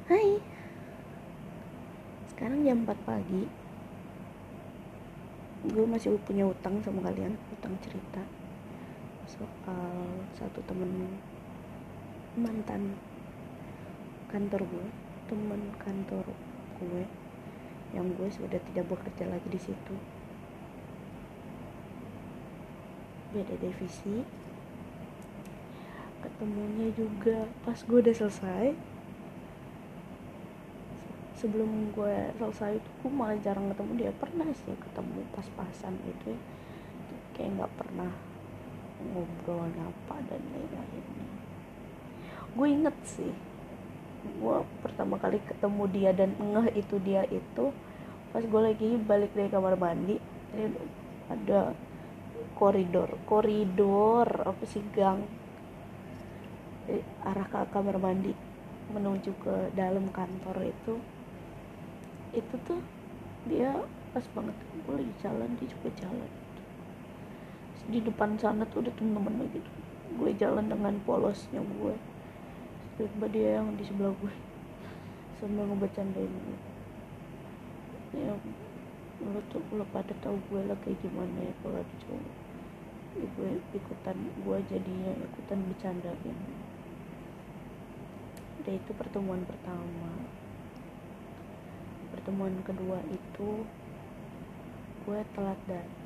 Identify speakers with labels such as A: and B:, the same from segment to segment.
A: Hai, sekarang jam 4 pagi. Gue masih punya utang sama kalian, utang cerita soal satu temen mantan kantor gue, temen kantor gue yang gue sudah tidak bekerja lagi di situ. Beda divisi. Ketemunya juga pas gue udah selesai. Sebelum gue selesai itu gue malah jarang ketemu dia. Pernah sih ketemu pas-pasan gitu ya, kayak nggak pernah ngobrol apa dan lain-lain. Gue inget sih, gue pertama kali ketemu dia dan ngeh itu dia itu pas gue lagi balik dari kamar mandi. Jadi ada koridor apa sih, gang arah ke kamar mandi menuju ke dalam kantor itu tuh dia pas banget gue lagi jalan, dia juga jalan. Di depan sana tuh ada temen-temennya gitu, gue jalan dengan polosnya gue, tiba-tiba dia yang di sebelah gue sambil ngebecandain gue, ya lo pada tahu gue lah kayak gimana ya kalau ada cowok. Gue gue jadinya ikutan bercandain. Udah, itu pertemuan pertama. Pertemuan kedua itu gue telat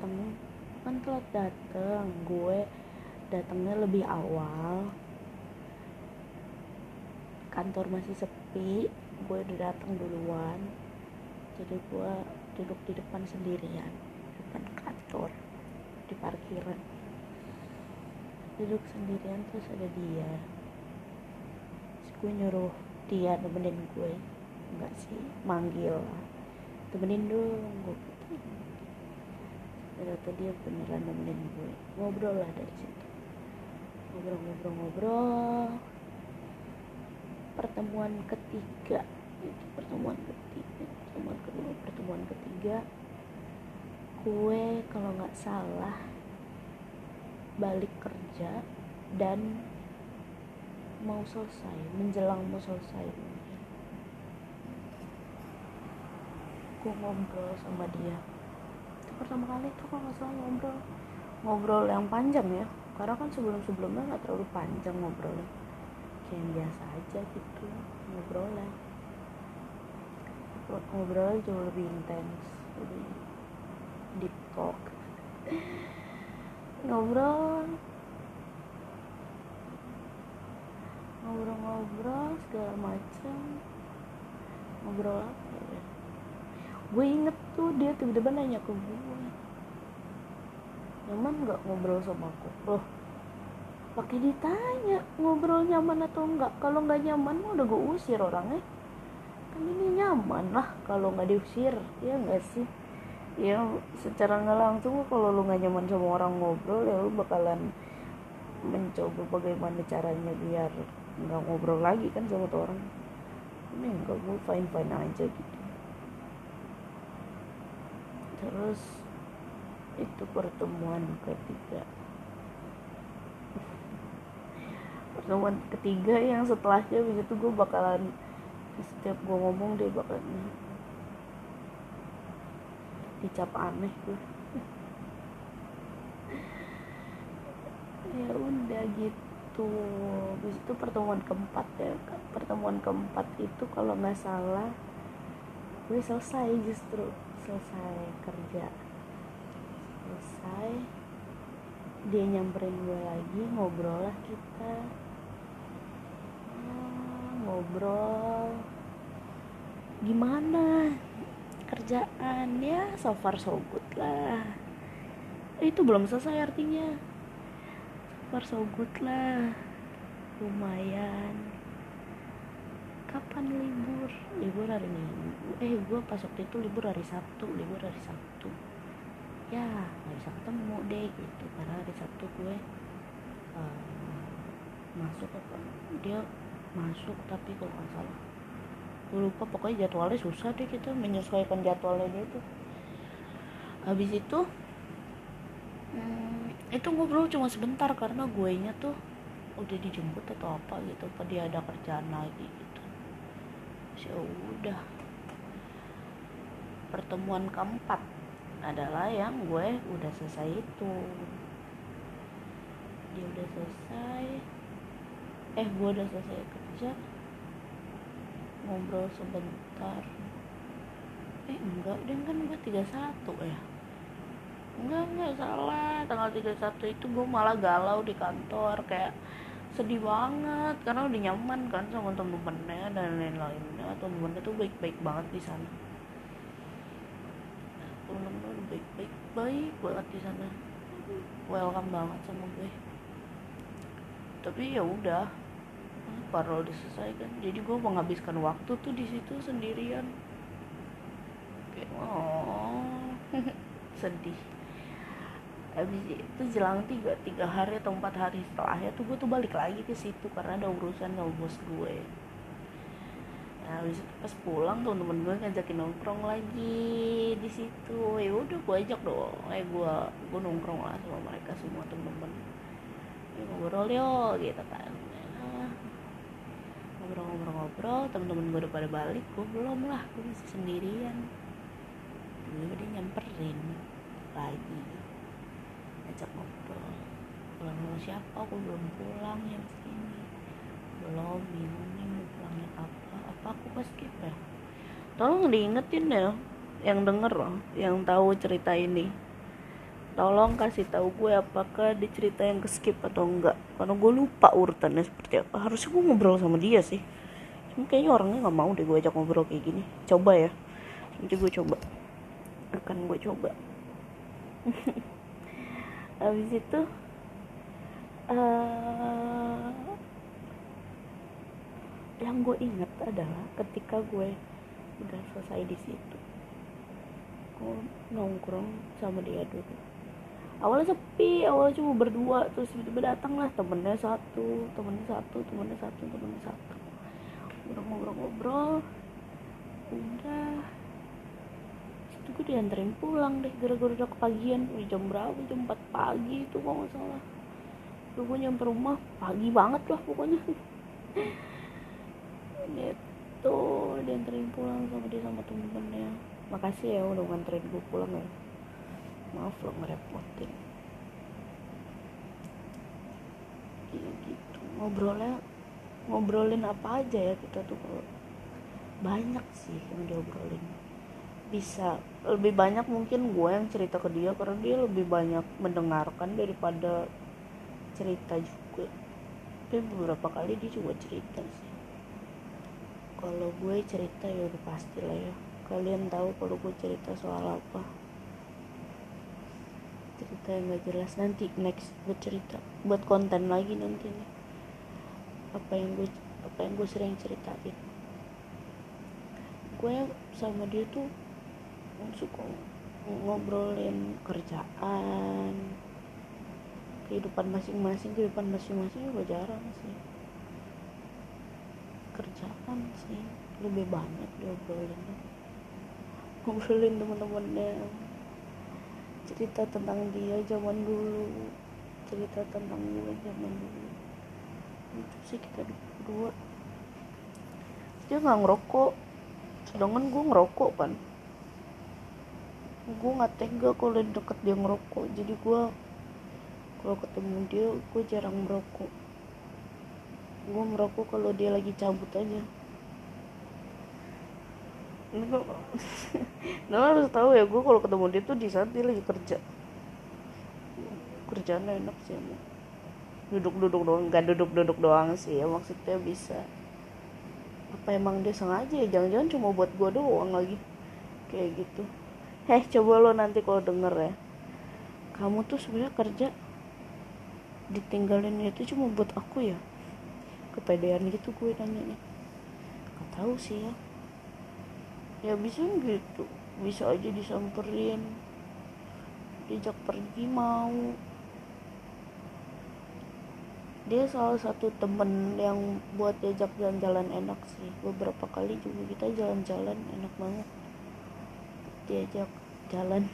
A: datang. Gue datangnya lebih awal, kantor masih sepi, gue udah datang duluan. Jadi gue duduk di depan sendirian, depan kantor, di parkiran, duduk sendirian. Terus ada dia, terus gue nyuruh dia nemenin gue, enggak sih, manggil lah, temenin dong gue gitu. Ternyata dia beneran nemenin gue, ngobrol lah dari situ, ngobrol. Pertemuan ketiga, pertemuan ketiga gue kalau nggak salah balik kerja dan menjelang mau selesai, gue ngobrol sama dia. Itu pertama kali tuh kalau nggak salah ngobrol yang panjang ya, karena kan sebelumnya nggak terlalu panjang ngobrolnya, kayak biasa aja gitu ngobrolnya jauh lebih intens, lebih deep talk. ngobrol segala macam. Ngobrol apa ya, gue inget tuh dia tiba-tiba nanya ke gue, nyaman nggak ngobrol sama aku? Loh, pakai ditanya ngobrol nyaman atau enggak? Kalau nggak nyaman mah udah gue usir orangnya. Kan ini nyaman lah kalau nggak diusir, ya nggak sih? Ya secara nggak langsung kalau lu nggak nyaman sama orang ngobrol, ya lu bakalan mencoba bagaimana caranya biar nggak ngobrol lagi kan sama tuh orang. Ini enggak, gue fine aja gitu. Terus itu pertemuan ketiga yang setelahnya begitu gue bakalan, setiap gue ngomong dia bakalan dicap aneh gue. Ya udah gitu. Habis itu pertemuan keempat itu kalau nggak salah gue selesai kerja, dia nyamperin gue lagi, ngobrol lah kita. Ngobrol gimana kerjaan, ya so far so good lah. Itu belum selesai artinya, so far so good lah, lumayan. Kapan libur hari Minggu, gue pas waktu itu libur hari Sabtu, ya nggak bisa ketemu deh gitu, karena hari Sabtu gue masuk apa, dia masuk tapi kalau nggak salah gue lupa, pokoknya jadwalnya susah deh, kita menyesuaikan jadwalnya dia tuh. Habis itu ngobrol cuma sebentar karena gue nya tuh udah dijemput atau apa gitu, apa dia ada kerjaan lagi gitu. Terus ya udah, pertemuan keempat adalah yang gue udah selesai itu. Dia udah selesai, gue udah selesai kerja, ngobrol sebentar. Enggak, deh kan gue 31 ya. Enggak salah, tanggal 31 itu gue malah galau di kantor, kayak sedih banget karena udah nyaman kan sama temen-temennya dan lain-lainnya. Temen-temennya tuh baik-baik banget di sana, temen-temennya udah baik banget di sana, welcome banget sama gue. Tapi ya udah, parol diselesaikan, jadi gue menghabiskan waktu tuh di situ sendirian, kayak sedih. Habis itu jelang 3 hari atau 4 hari setelahnya tuh gue tuh balik lagi ke situ karena ada urusan sama bos gue. Nah, habis itu pas pulang tuh temen gue ngajakin nongkrong lagi di situ. Ya udah gue ajak dong, gue nongkrong lah sama mereka semua temen-temen. Ngobrol yo gitu kan. Ngobrol, temen-temen gue udah pada balik, gue belum lah, gue masih sendirian. Dia nyamperin lagi, ajak ngobrol. Pulang sama siapa? Aku belum pulang yang sini. Belum, bingung nih mau pulangnya apa aku pas skip ya? Tolong diingetin ya, yang denger loh, yang tahu cerita ini. Tolong kasih tahu gue apakah di cerita yang ke skip atau enggak, karena gue lupa urutannya seperti apa. Harusnya gue ngobrol sama dia sih, cuma kayaknya orangnya nggak mau deh gue ajak ngobrol kayak gini. Coba ya, nanti gue coba, akan gue coba. Habis itu yang gue ingat adalah ketika gue udah selesai di situ, gue nongkrong sama dia dulu. Awalnya sepi, awalnya cuma berdua, terus tiba-tiba datang lah temennya satu. Ngobrol, udah itu gue dianterin pulang deh gara-gara udah kepagian. Jam berapa? Jam 4 pagi itu kalau nggak salah. Terus gue nyampe rumah pagi banget lah pokoknya. Gitu, dianterin pulang sama dia sama temen-temennya. Makasih ya udah nganterin gue pulang ya, maaf lo ngerepotin. Gitu, ngobrolin apa aja ya kita tuh, banyak sih yang diobrolin. Bisa lebih banyak mungkin gue yang cerita ke dia karena dia lebih banyak mendengarkan daripada cerita juga. Tapi beberapa kali dia juga cerita sih. Kalau gue cerita ya udah pasti lah ya, kalian tahu kalau gue cerita soal apa. Cerita yang gak jelas, nanti next gue cerita buat konten lagi nanti nih, apa yang gue sering ceritain. Gue sama dia tuh suka ngobrolin kerjaan, kehidupan masing-masing juga jarang sih. Kerjaan sih lebih banyak ngobrolin teman-temannya, cerita tentang dia zaman dulu, cerita tentang gue zaman dulu. Itu sih kita berdua. Dia nggak ngerokok, sedangkan gue ngerokok kan. Gue nggak tega kalau deket dia ngerokok, jadi gue kalau ketemu dia gue jarang merokok. Gue merokok kalau dia lagi cabut aja. Nah, harus tahu ya, gue kalau ketemu dia tuh di saat dia lagi kerja. Kerjaannya enak sih emang. Duduk-duduk doang, nggak duduk-duduk doang sih ya, maksudnya bisa. Apa emang dia sengaja ya, jangan-jangan cuma buat gue doang lagi kayak gitu. Coba lo nanti kalau denger ya, kamu tuh sebenarnya kerja ditinggalin itu cuma buat aku ya? Kepedean gitu gue nanya nih. Gak tahu sih ya bisa gitu, bisa aja disamperin, diajak pergi mau. Dia salah satu temen yang buat diajak jalan-jalan enak sih. Beberapa kali juga kita jalan-jalan enak banget, diajak jalan.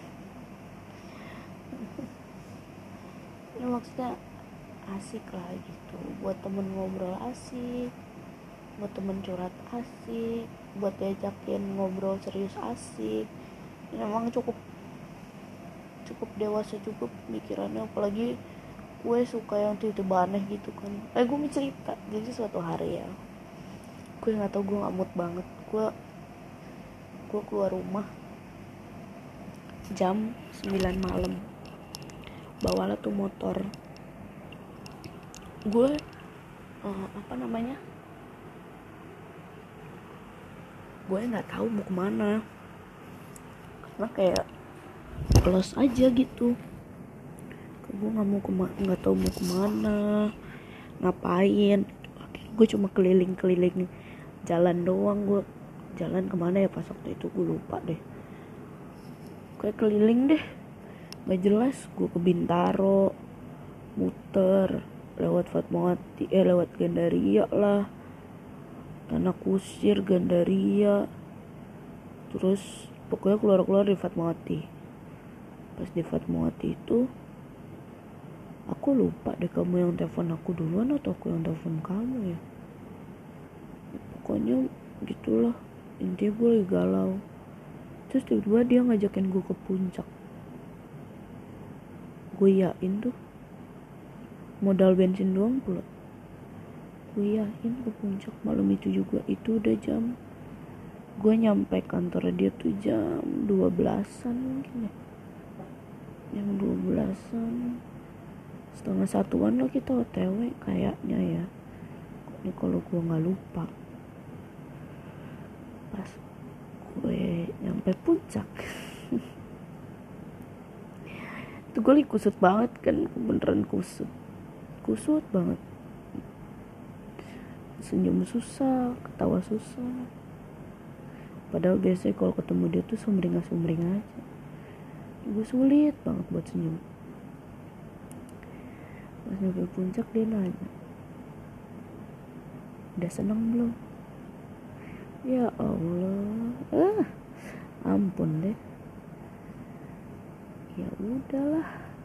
A: Ya maksudnya asik lah gitu, buat temen ngobrol asik. buat temen curhat asik, buat diajakin ngobrol serius asik. Memang cukup dewasa juga pemikirannya, apalagi gue suka yang tiba-tiba aneh gitu kan. Gue mau cerita, jadi suatu hari ya, gue nggak tahu, gue nggak mood banget, gue keluar rumah jam 9 malam, bawalah tuh motor gue, gue nggak tahu mau kemana, karena kayak los aja gitu. Gue nggak tahu mau kemana, ngapain. Gue cuma keliling jalan doang. Gue jalan kemana ya pas waktu itu gue lupa deh. Kayak keliling deh, nggak jelas. Gue ke Bintaro, muter lewat Fatmawati, lewat Gandaria lah, Tanah Kusir, Gandaria, terus pokoknya keluar di Fatmawati. Pas di Fatmawati itu aku lupa deh, kamu yang telepon aku duluan atau aku yang telepon kamu ya, pokoknya gitulah. Intinya gue lagi galau, terus tiba-tiba dia ngajakin gue ke puncak. Gue yain tuh, modal bensin doang pula. Gue yain ke puncak malam itu juga. Itu udah gue nyampe kantor dia tuh jam 12-an mungkin ya, jam 12-an, setengah satuan lah kita OTW kayaknya ya. Ini kalau gue nggak lupa. Pas gue nyampe puncak itu gue lagi kusut banget kan, beneran kusut banget, senyum susah, ketawa susah. Padahal biasanya kalau ketemu dia tuh sumringah aja. Gue sulit banget buat senyum. Pas nyampe puncak dia nanya, udah seneng belum? Ya Allah, ampun deh. Ya udahlah,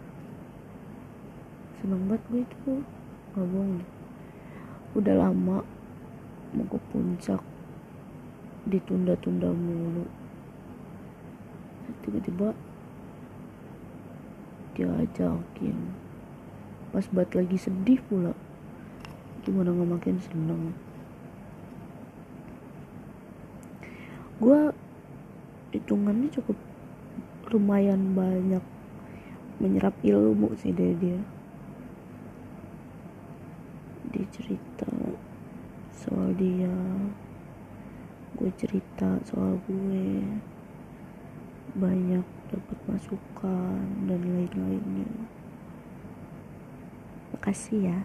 A: seneng banget gue itu, nggak bohong deh. Udah lama mau ke puncak, ditunda-tunda mulu. Tiba-tiba dia ajakin, pas banget lagi sedih pula. Gimana nggak makin seneng. Gue hitungannya cukup lumayan banyak menyerap ilmu sih dari dia. Dia cerita soal dia, gue cerita soal gue, banyak dapat masukan dan lain-lainnya. Makasih ya.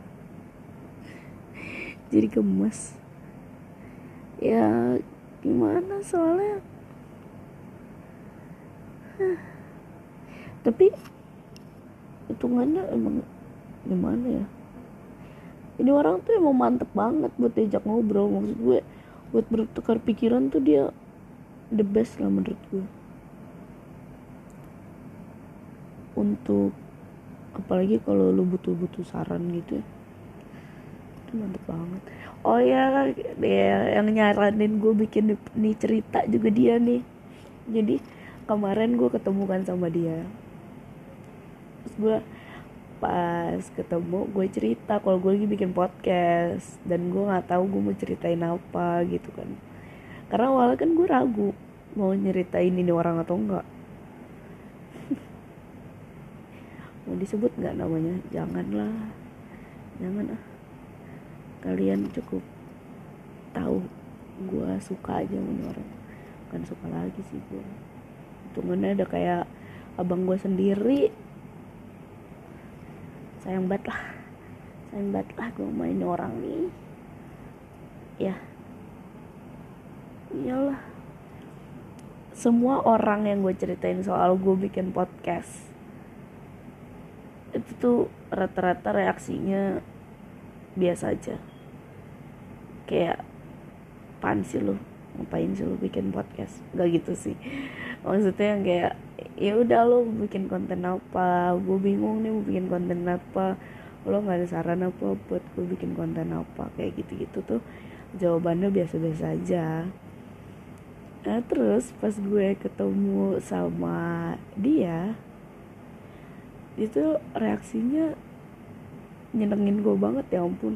A: Jadi gemes ya, gimana soalnya tapi hitungannya emang gimana ya, ini orang tuh emang mantep banget buat diajak ngobrol. Maksud gue buat bertukar pikiran tuh dia the best lah menurut gue. Untuk apalagi kalau lu butuh saran gitu ya, itu mantep banget. Oh ya, dia yang nyaranin gue bikin nih cerita juga dia nih. Jadi kemarin gue ketemukan sama dia, terus gue pas ketemu gue cerita kalau gue lagi bikin podcast dan gue nggak tahu gue mau ceritain apa gitu kan, karena awalnya kan gue ragu mau nyeritain ini orang atau enggak. Mau disebut nggak namanya? Jangan kalian cukup tahu gue suka aja sama orang, bukan suka lagi sih gue, hitungannya ada kayak abang gue sendiri. sayang banget lah gue main orang nih ya. Iyalah, semua orang yang gue ceritain soal gue bikin podcast itu tuh rata-rata reaksinya biasa aja, kayak apaan sih lu, ngapain sih lu bikin podcast, gak gitu sih. Maksudnya yang kayak ya udah lo bikin konten apa, gue bingung nih mau bikin konten apa, lo nggak ada saran apa buat gue bikin konten apa, kayak gitu tuh jawabannya biasa-biasa aja. Nah terus pas gue ketemu sama dia, itu reaksinya nyenengin gue banget, ya ampun.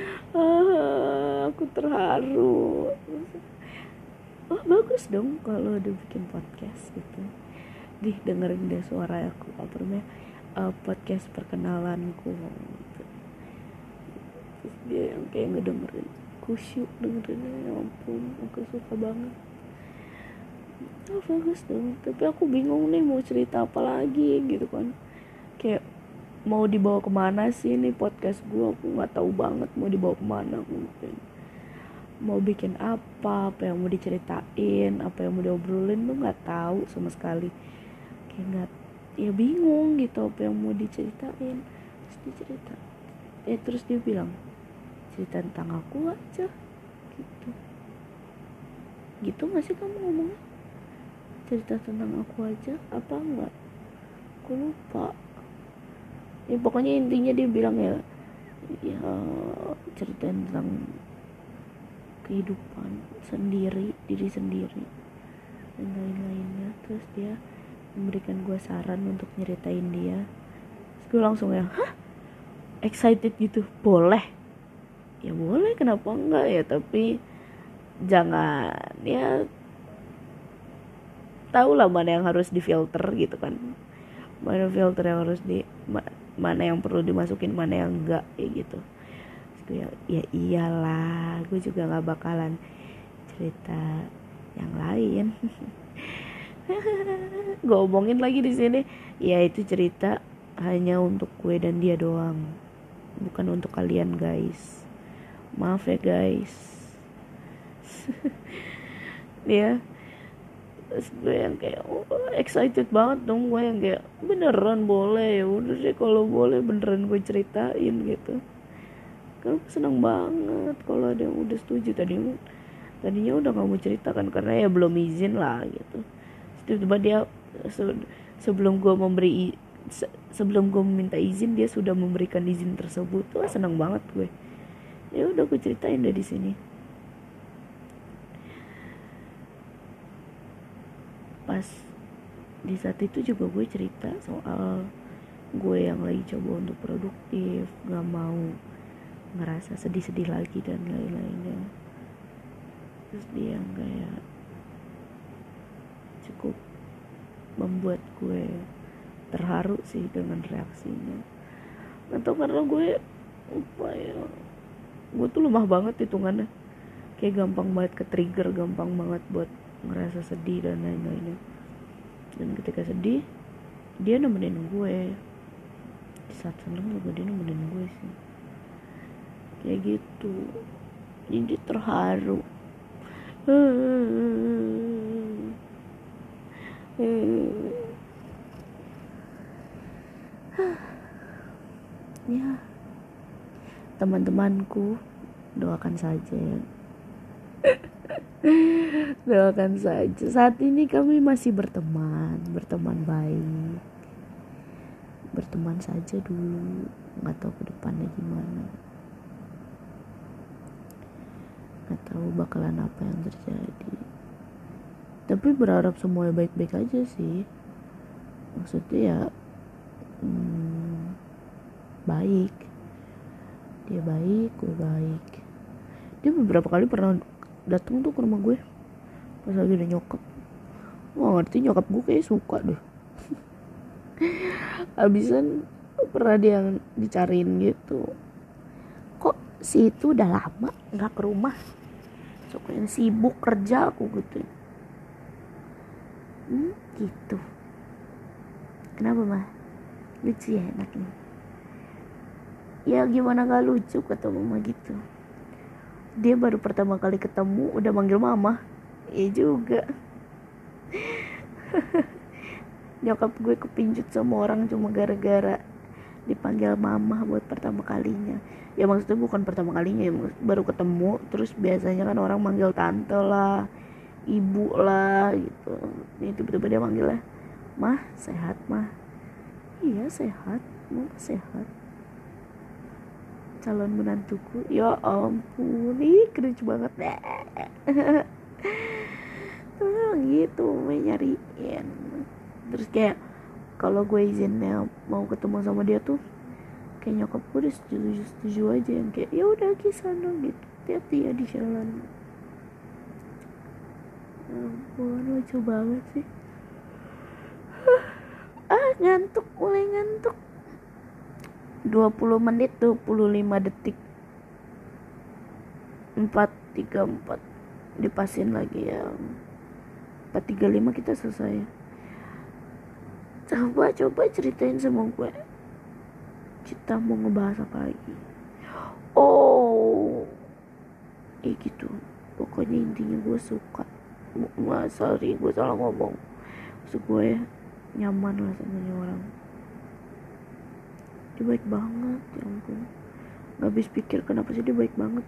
A: Aku terharu. Oh bagus dong kalau udah bikin podcast gitu. Dengerin deh suara aku, apa namanya, podcast perkenalanku gitu. Terus dia yang kayak ngedengerin, kusyuk dengerinnya, ya ampun, aku suka banget. Oh bagus dong, tapi aku bingung nih mau cerita apa lagi gitu kan. Kayak mau dibawa kemana sih nih podcast gue, aku nggak tahu banget mau dibawa kemana. Mungkin mau bikin apa yang mau diceritain, apa yang mau diobrolin tuh nggak tahu sama sekali. Kayak nggak, ya bingung gitu apa yang mau diceritain. Terus dicerita, terus dia bilang cerita tentang aku aja gitu. Gitu nggak sih kamu ngomongnya, cerita tentang aku aja apa enggak, aku lupa. Ya pokoknya intinya dia bilang ya cerita tentang kehidupan sendiri, diri sendiri dan lain-lainnya. Terus dia memberikan gue saran untuk nyeritain dia. Terus gue langsung ya excited gitu. Boleh, ya boleh, kenapa enggak ya, tapi jangan, ya tahu lah mana yang harus difilter gitu kan, mana filter yang harus mana yang perlu dimasukin, mana yang enggak, kayak gitu. Ya iyalah, gue juga nggak bakalan cerita yang lain. Gue omongin lagi di sini, ya itu cerita hanya untuk gue dan dia doang, bukan untuk kalian guys. Maaf ya guys. Ya, terus gue yang kayak excited banget dong, gue yang kayak beneran boleh, ya udah deh kalau boleh beneran gue ceritain gitu. Karena aku senang banget kalau ada yang udah setuju. Tadinya udah gak mau cerita kan, karena ya belum izin lah gitu. Tiba-tiba dia sebelum gue meminta izin, dia sudah memberikan izin tersebut. Wah senang banget gue. Ya udah gue ceritain deh di sini. Pas di saat itu juga gue cerita soal gue yang lagi coba untuk produktif, gak mau ngerasa sedih-sedih lagi dan lain-lainnya. Terus dia yang kayak cukup membuat gue terharu sih dengan reaksinya. Atau karena gue tuh lemah banget hitungannya, kayak gampang banget ke trigger, gampang banget buat ngerasa sedih dan lain-lainnya. Dan ketika sedih dia nemenin gue, di saat seneng juga dia nemenin gue sih, kayak gitu. Jadi terharu. Ya teman-temanku, doakan saja. Doakan saja. Saat ini kami masih berteman baik, berteman saja dulu, nggak tahu ke depannya gimana, nggak tahu bakalan apa yang terjadi. Tapi berharap semuanya baik-baik aja sih. Maksudnya ya baik, dia baik, gue baik. Dia beberapa kali pernah datang tuh ke rumah gue pas lagi ada nyokap. Wah ngerti, nyokap gue kayak suka deh. Habisan pernah dia yang dicariin gitu, kok si itu udah lama nggak ke rumah, soalnya sibuk kerja, aku gitu. Gitu. Kenapa mah? Lucu ya anaknya. Ya gimana gak lucu kata mama gitu. Dia baru pertama kali ketemu udah manggil mama. Iya juga. Nyokap gue kepincut sama orang cuma gara-gara dipanggil mama buat pertama kalinya. Ya maksudnya bukan pertama kalinya ya, baru ketemu. Terus biasanya kan orang manggil tante lah, ibu lah gitu. Ini tiba-tiba dia manggilnya mah, sehat mah? Iya sehat, mama sehat. calon menantuku. Ya ampun, ih cringe banget deh. Gitu nyariin. Terus kayak kalau gue izinnya mau ketemu sama dia tuh kayak nyokap gue udah setuju aja, yang kayak ya udah ke sana gitu, hati-hati ya di jalan. Ampun, lucu banget sih. Ngantuk, mulai ngantuk. 20 menit 25 detik 4:34 dipasin lagi ya. 4:35 kita selesai. Coba ceritain sama gue, kita mau ngebahas apa lagi. Oh gitu, pokoknya intinya gue suka. Sorry gue salah ngomong, maksud gue nyaman lah sama orang. Dia baik banget, ya ampun, gak habis pikir kenapa sih dia baik banget.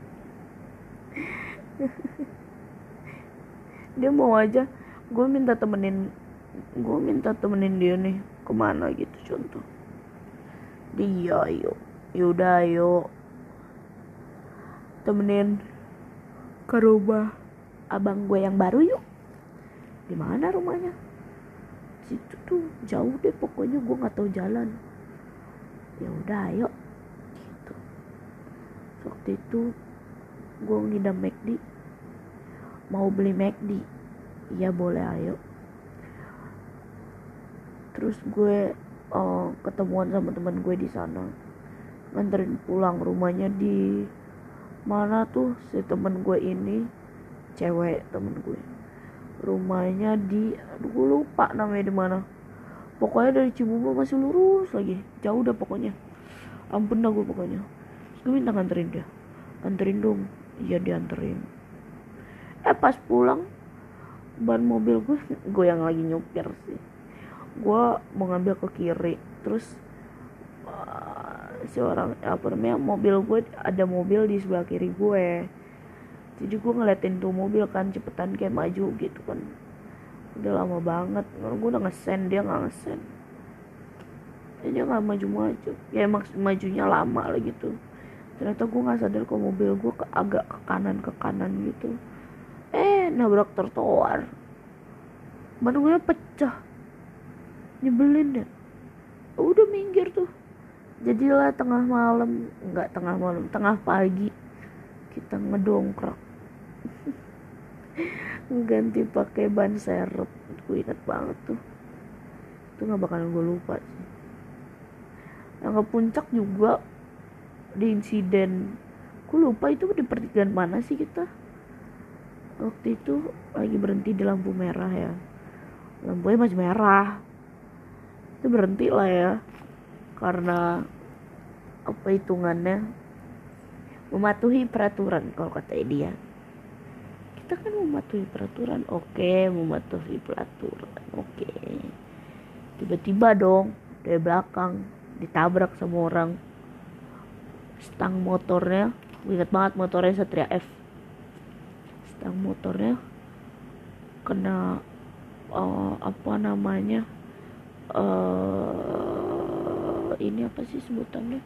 A: Dia mau aja gue minta temenin dia nih kemana gitu, contoh dia yaudah ayo temenin ke rumah abang gue yang baru yuk. Di mana rumahnya? Situ tuh jauh deh, pokoknya gue nggak tahu jalan. Ya udah ayo gitu. Waktu itu gue ngidam McD, mau beli McD. Iya boleh ayo. Terus gue ketemuan sama teman gue di sana, nganterin pulang. Rumahnya di mana tuh si teman gue ini, cewek temen gue, rumahnya di gue lupa namanya di mana. Pokoknya dari Cibubur masih lurus lagi, jauh dah pokoknya. Ampun dah gue pokoknya. Terus gue minta nganterin dia, anterin dong. Iya dianterin. Pas pulang ban mobil gue yang lagi nyupir sih, gue mau ngambil ke kiri. Terus si orang mobil gue, ada mobil di sebelah kiri gue. Jadi gue ngeliatin tuh mobil kan cepetan kayak maju gitu kan. Udah lama banget, gue udah ngesen, dia gak ngesen. Dia gak maju-maju, ya emang majunya lama lah gitu. Ternyata gue gak sadar kalau mobil gue agak ke kanan gitu. Nabrak trotoar, ban gue pecah, nyebelin ya. Udah minggir tuh. Jadilah tengah pagi kita ngedongkrak ganti pakai ban serep. Gue inget banget tuh, itu nggak bakalan gue lupa sih. Yang ke puncak juga di insiden, gue lupa itu di pertigaan mana sih kita. Waktu itu lagi berhenti di lampu merah ya, lampunya masih merah, itu berhenti lah ya, karena apa hitungannya mematuhi peraturan kalau kata dia. Kita kan mematuhi peraturan, oke. Tiba-tiba dong dari belakang ditabrak sama orang. Stang motornya, gue ingat banget motornya Satria F. Stang motornya kena ini apa sih sebutannya?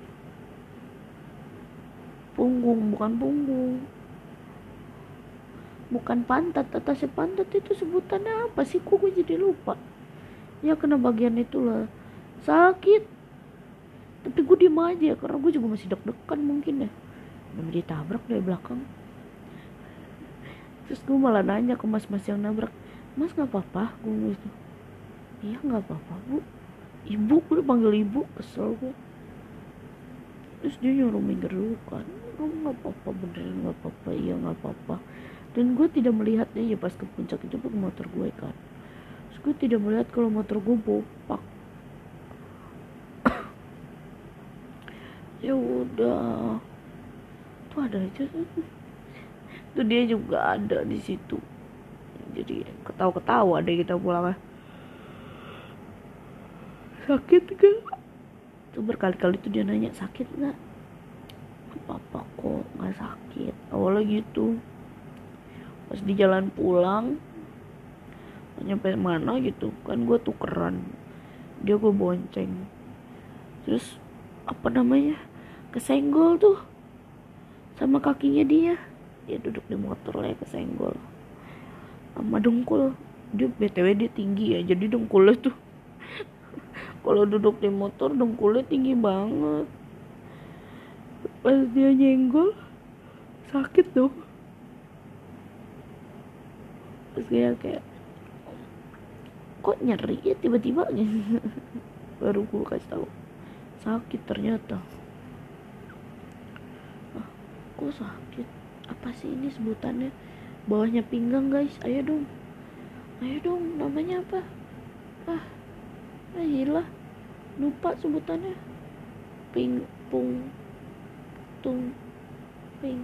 A: Bukan pantat, atasnya pantat itu sebutannya apa sih? Kok gue jadi lupa. Ya kena bagian itulah, sakit. Tapi gue diem aja karena gue juga masih deg-degan mungkin ya. Namanya ditabrak dari belakang. Terus gue malah nanya ke mas yang nabrak, mas nggak apa-apa? Gue gitu. Iya nggak apa-apa bu. Ibu, gue panggil ibu, kesel gue. Terus dia nyuruh minggir dulu kan. Kamu nggak apa-apa, beneran nggak apa-apa? Iya nggak apa-apa. Dan gue tidak melihatnya ya pas ke puncak itu pakai motor gue kan. Terus gue tidak melihat kalau motor gue bopak. Ya udah, tuh ada aja tuh dia juga ada di situ. Jadi ketawa-ketawa deh kita pulang. Sakit gak? Tuh berkali-kali tuh dia nanya sakit gak? Apa-apa kok, gak sakit. Awalnya gitu. Pas di jalan pulang, nyampe mana gitu kan, gue tukeran, dia gue bonceng. Terus kesenggol tuh sama kakinya dia duduk di motor lah kesenggol sama dengkul. Dia BTW dia tinggi ya, jadi dengkulnya tuh kalau duduk di motor dengkulnya tinggi banget. Pas dia nyenggol sakit tuh. Terus kayak kok nyeri ya tiba-tiba gitu. Baru gue kasih tahu sakit ternyata. Kok sakit, apa sih ini sebutannya, bawahnya pinggang guys, ayo dong namanya apa, gila lupa sebutannya. Pung tung ping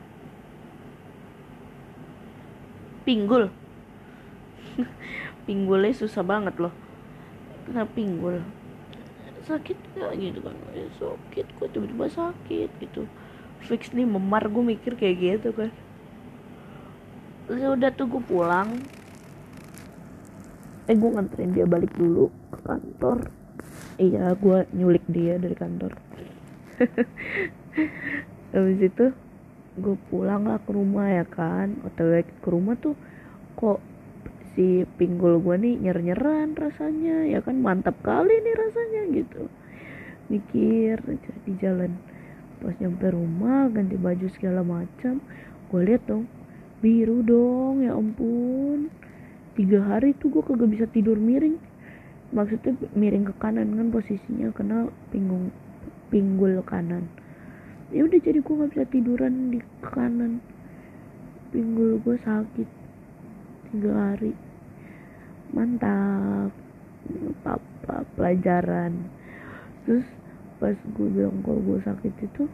A: pinggul. Pinggulnya susah banget loh. Kenapa pinggul sakit gak gitu kan, sakit kok tiba-tiba sakit gitu, fix nih memar. Gue mikir kayak gitu kan. Terus udah tuh gue pulang, gue nganterin dia balik dulu ke kantor. Iya, gue nyulik dia dari kantor. Habis itu gue pulang lah ke rumah ya kan. OTW ke rumah tuh kok si pinggul gue nih nyer-nyeran rasanya ya kan, mantap kali nih rasanya gitu. Mikir di jalan, pas nyampe rumah ganti baju segala macam, gue lihat dong biru dong, ya ampun. 3 hari tuh gue kagak bisa tidur miring, maksudnya miring ke kanan kan posisinya karena pinggul kanan. Ya udah jadi gue nggak bisa tiduran di kanan, pinggul gue sakit 3 hari. Mantap, apa pelajaran. Terus pas gue bilang kalau gue sakit itu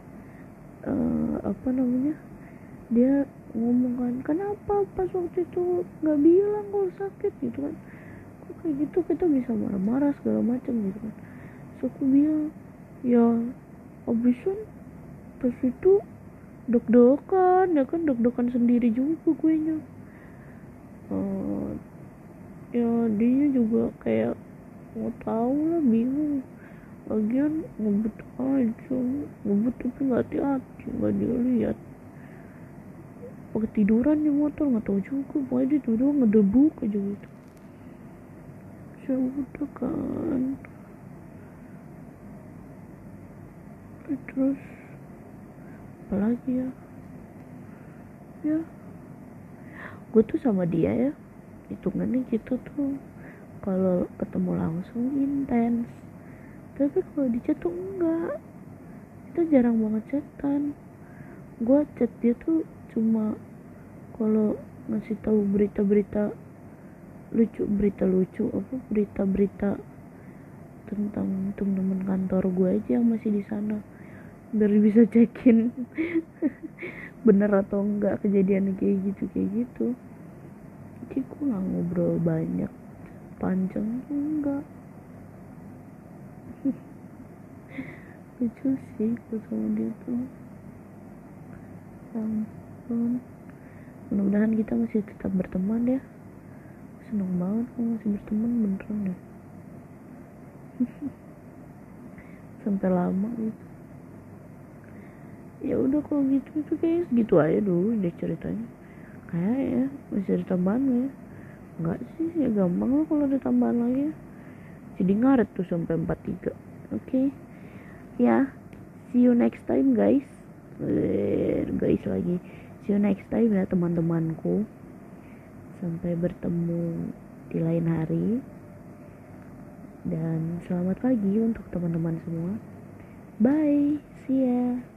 A: dia ngomong kan, kenapa pas waktu itu nggak bilang kalau sakit gitu kan, kok kayak gitu kita bisa marah-marah segala macam gitu kan. So aku bilang ya abisan pas itu deg-degan ya kan, deg-degan sendiri juga gue nya. Ya dia juga kayak mau tahu lah, bingung. Lagian ngebut aja, ngebut tapi nggak hati-hati, nggak dilihat. Pakai tiduran di motor nggak tahu juga, pokoknya dia tidur ngedebuk aja gitu. Saya udah kan. Terus apalagi ya gue tuh sama dia ya hitungannya gitu tuh, kalau ketemu langsung intens, tapi kalau di chat tuh enggak. Kita jarang banget chatan. Gue chat dia tuh cuma kalau ngasih tahu berita-berita lucu, berita-berita tentang teman-teman kantor gue aja yang masih di sana, biar bisa cekin bener atau enggak kejadian kayak gitu. Jadi gue nggak ngobrol banyak panjang, enggak. Lucu sih gue sama dia tuh. Ampun, mudah-mudahan kita masih tetap berteman ya. Seneng banget kalau masih berteman beneran deh. Sampai lama gitu. Ya udah kalau gitu itu kayak segitu aja dulu deh ceritanya. Kayak ya masih ada tambahan ya? Enggak sih, ya gampang lah kalau ada tambahan lagi ya. Jadi ngaret tuh sampai 43. Oke. Ya, see you next time guys. Guys lagi. See you next time ya teman-temanku. Sampai bertemu di lain hari. Dan selamat pagi untuk teman-teman semua. Bye, see ya.